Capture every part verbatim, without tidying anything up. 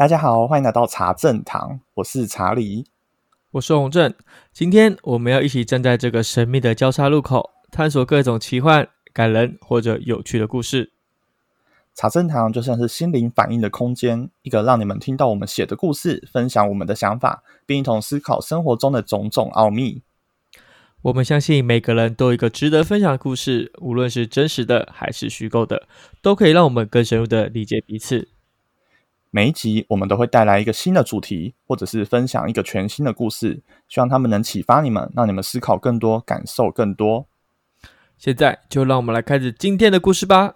大家好，欢迎来到茶正堂，我是查理， 我是洪正。今天我们要一起站在这个神秘的交叉路口，探索各种奇幻、感人或者有趣的故事。 茶正堂就像是心灵反应的空间，一个让你们听到我们写的故事，分享我们的想法，并一同思考生活中的种种奥秘。 我们相信每个人都有一个值得分享的故事，无论是真实的还是虚构的，都可以让我们更深入的理解彼此。 每一集我们都会带来一个新的主题，或者是分享一个全新的故事，希望他们能启发你们，让你们思考更多，感受更多。 现在就让我们来开始今天的故事吧。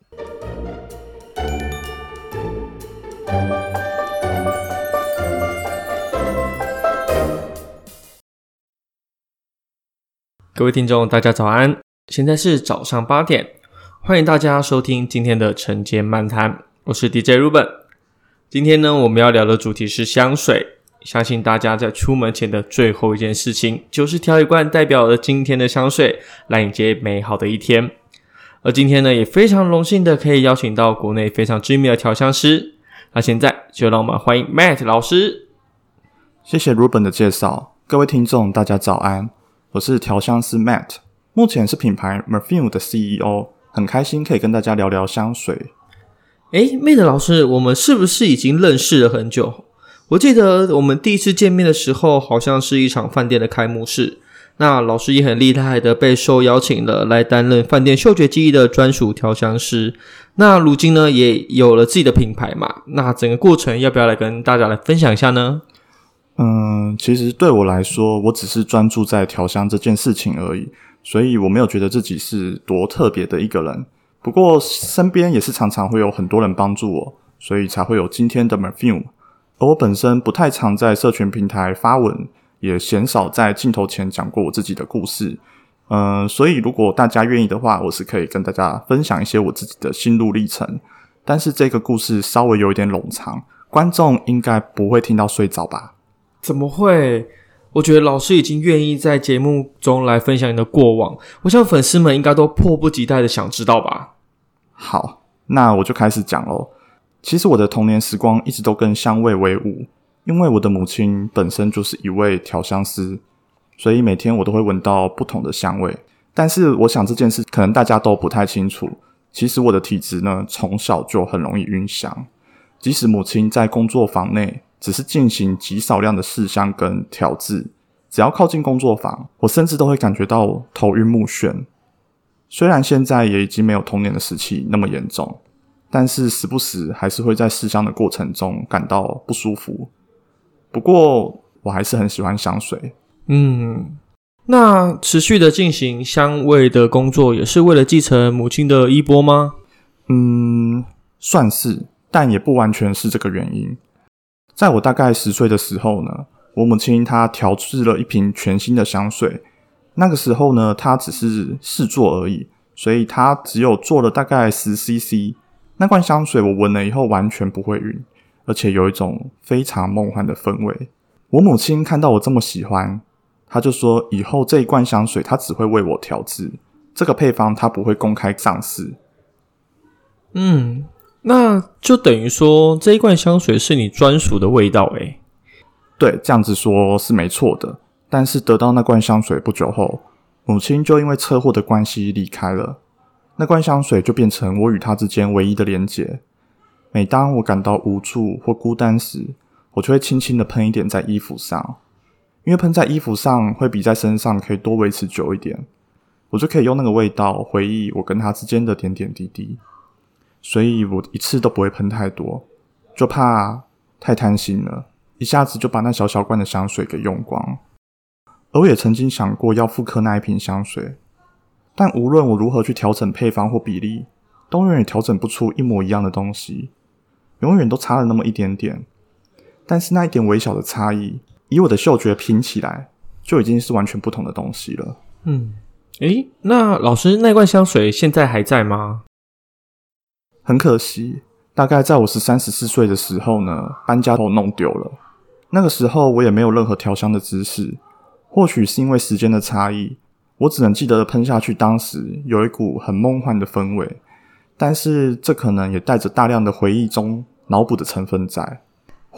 各位听众大家早安，现在是早上八点，欢迎大家收听今天的晨间漫谈，我是 D J Ruben。今天呢，我们要聊的主题是香水。相信大家在出门前的最后一件事情，就是挑一罐代表了今天的香水，来迎接美好的一天。而今天呢，也非常荣幸的可以邀请到国内非常知名的调香师。那现在就让我们欢迎 Matt 老师。 谢谢 Ruben 的介绍，各位听众大家早安，我是调香师 Matt， 目前是品牌 Perfume 的 C E O， 很开心可以跟大家聊聊香水。 诶 Matt 老师，我们是不是已经认识了很久？我记得我们第一次见面的时候，好像是一场饭店的开幕式。那老师也很厉害的被受邀请了来担任饭店嗅觉记忆的专属调香师。那如今呢，也有了自己的品牌嘛。那整个过程要不要来跟大家来分享一下呢？ 嗯，其实对我来说，我只是专注在调香这件事情而已，所以我没有觉得自己是多特别的一个人。不过身边也是常常会有很多人帮助我，所以才会有今天的 Perfume。 而我本身不太常在社群平台发文，也鲜少在镜头前讲过我自己的故事。嗯，所以如果大家愿意的话，我是可以跟大家分享一些我自己的心路历程。但是这个故事稍微有一点冗长，观众应该不会听到睡着吧？ 怎么会？我觉得老师已经愿意在节目中来分享你的过往，我想粉丝们应该都迫不及待的想知道吧。 好，那我就开始讲咯。其实我的童年时光一直都跟香味为伍，因为我的母亲本身就是一位调香师，所以每天我都会闻到不同的香味。但是我想这件事可能大家都不太清楚，其实我的体质呢，从小就很容易晕香。即使母亲在工作坊内只是进行极少量的试香跟调制，只要靠近工作坊，我甚至都会感觉到头晕目眩。虽然现在也已经没有童年的时期那么严重，但是时不时还是会在试香的过程中感到不舒服。不过我还是很喜欢香水。 嗯，那持续的进行香味的工作也是为了继承母亲的衣钵吗？ 嗯，算是，但也不完全是这个原因。在我大概十岁的时候呢，我母亲她调制了一瓶全新的香水。那个时候呢，她只是试做而已，所以她只有做了大概 十 C C。 那罐香水我闻了以后完全不会晕，而且有一种非常梦幻的氛围。我母亲看到我这么喜欢，她就说以后这一罐香水她只会为我调制，这个配方她不会公开上市。 嗯，那就等于说这一罐香水是你专属的味道诶。 对，这样子说是没错的。但是得到那罐香水不久后，母亲就因为车祸的关系离开了。那罐香水就变成我与她之间唯一的连结。每当我感到无助或孤单时，我就会轻轻的喷一点在衣服上，因为喷在衣服上会比在身上可以多维持久一点，我就可以用那个味道回忆我跟她之间的点点滴滴。所以我一次都不会喷太多，就怕太贪心了，一下子就把那小小罐的香水给用光。而我也曾经想过要复刻那一瓶香水，但无论我如何去调整配方或比例，都永远调整不出一模一样的东西，永远都差了那么一点点。但是那一点微小的差异，以我的嗅觉拼起来，就已经是完全不同的东西了。 嗯，诶，那老师那罐香水现在还在吗？ 很可惜，大概在我十三、十四岁的时候呢，搬家都弄丢了。那个时候我也没有任何调香的知识，或许是因为时间的差异，我只能记得喷下去当时有一股很梦幻的氛围，但是这可能也带着大量的回忆中脑补的成分在。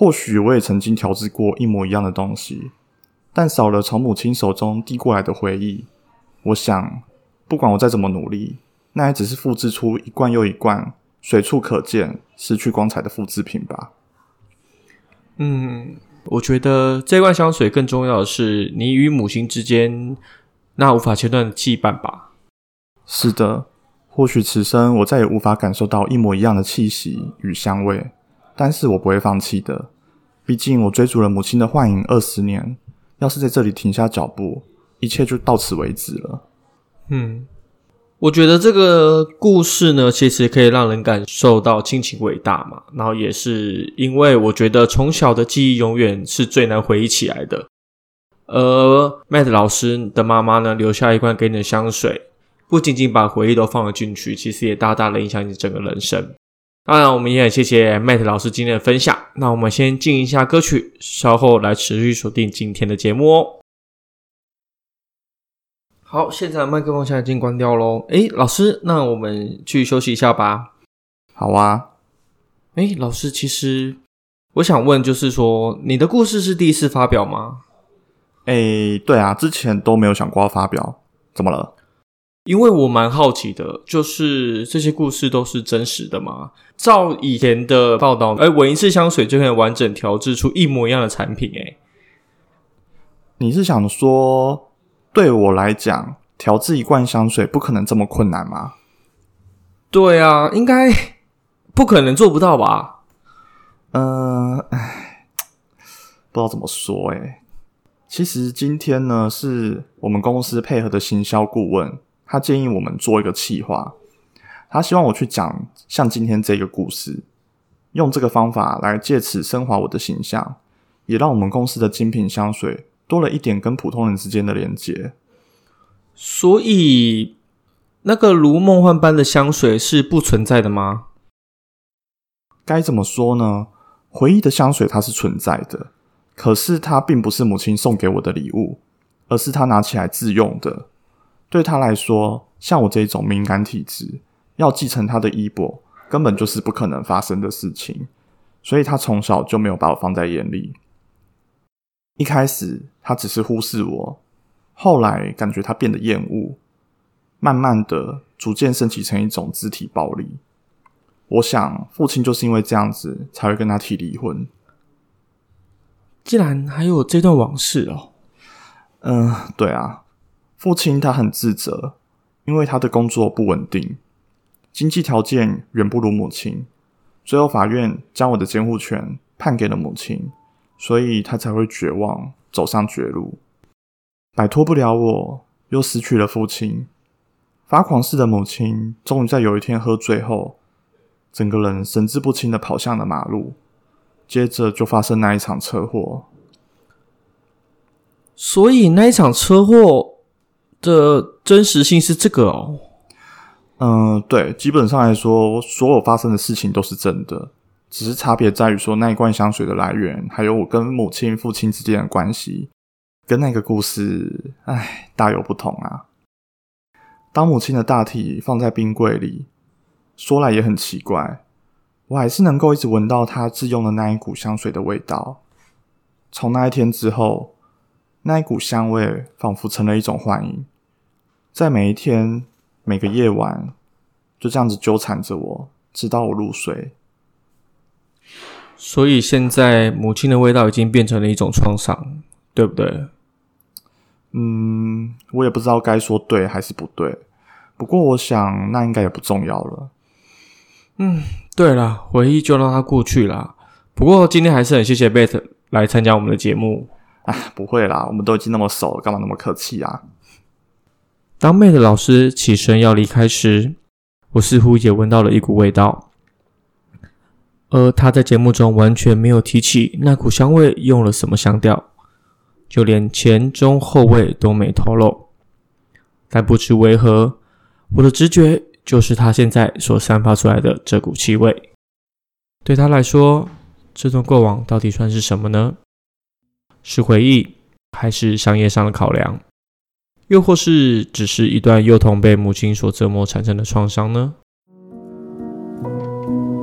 或许我也曾经调制过一模一样的东西，但少了从母亲手中递过来的回忆，我想不管我再怎么努力，那也只是复制出一罐又一罐随处可见失去光彩的复制品吧。 嗯，我觉得这罐香水更重要的是你与母亲之间那无法切断的羁绊吧。 是的，或许此生我再也无法感受到一模一样的气息与香味，但是我不会放弃的。毕竟我追逐了母亲的幻影二十年，要是在这里停下脚步，一切就到此为止了。 嗯，我觉得这个故事呢，其实可以让人感受到亲情伟大嘛，然后也是因为我觉得从小的记忆永远是最难回忆起来的。而 Matt 老师的妈妈呢，留下一罐给你的香水，不仅仅把回忆都放了进去，其实也大大的影响你整个人生。当然我们也很谢谢 Matt 老师今天的分享，那我们先进一下歌曲，稍后来持续锁定今天的节目哦。好，现场的麦克风现在已经关掉咯。诶，老师，那我们去休息一下吧。 好啊。 诶，老师，其实我想问，就是说你的故事是第一次发表吗？ 诶，对啊，之前都没有想过要发表，怎么了？ 因为我蛮好奇的，就是这些故事都是真实的吗？照以前的报道，诶，闻一次香水就可以完整调制出一模一样的产品诶。 你是想说对我来讲调制一罐香水不可能这么困难吗？ 对啊，应该不可能做不到吧。 呃，不知道怎么说诶。其实今天呢，是我们公司配合的行销顾问，他建议我们做一个企划，他希望我去讲像今天这个故事，用这个方法来借此升华我的形象，也让我们公司的精品香水多了一点跟普通人之间的连结。 所以那个如梦幻般的香水是不存在的吗？ 该怎么说呢？回忆的香水它是存在的，可是它并不是母亲送给我的礼物，而是她拿起来自用的。对她来说，像我这种敏感体质，要继承她的衣钵根本就是不可能发生的事情，所以她从小就没有把我放在眼里。一开始她只是忽视我，后来感觉她变得厌恶，慢慢的逐渐升级成一种肢体暴力。我想父亲就是因为这样子才会跟他提离婚。 竟然还有这段往事哦。 嗯，对啊，父亲他很自责，因为他的工作不稳定，经济条件远不如母亲，最后法院将我的监护权判给了母亲，所以他才会绝望，走上绝路。摆脱不了我，又失去了父亲，发狂似的母亲终于在有一天喝醉后，整个人神志不清的跑向了马路，接着就发生那一场车祸。 所以那一场车祸的真实性是这个哦？ 嗯，对，基本上来说，所有发生的事情都是真的，只是差别在于说那一罐香水的来源，还有我跟母亲、父亲之间的关系，跟那个故事，唉，大有不同啊。当母亲的大体放在冰柜里，说来也很奇怪，我还是能够一直闻到她自用的那一股香水的味道。从那一天之后，那一股香味仿佛成了一种幻影，在每一天每个夜晚就这样子纠缠着我，直到我入睡。 所以现在母亲的味道已经变成了一种创伤，对不对？ 嗯，我也不知道该说对还是不对，不过我想那应该也不重要了。 嗯，对啦，回忆就让它过去啦。不过今天还是很谢谢 Beth 来参加我们的节目。 啊，不会啦，我们都已经那么熟了，干嘛那么客气啊？ 当 Matt 老师起身要离开时，我似乎也闻到了一股味道，而他在节目中完全没有提起那股香味用了什么香调，就连前中后味都没透露。但不知为何，我的直觉就是他现在所散发出来的这股气味。对他来说，这段过往到底算是什么呢？是回忆，还是商业上的考量？又或是只是一段幼童被母亲所折磨产生的创伤呢？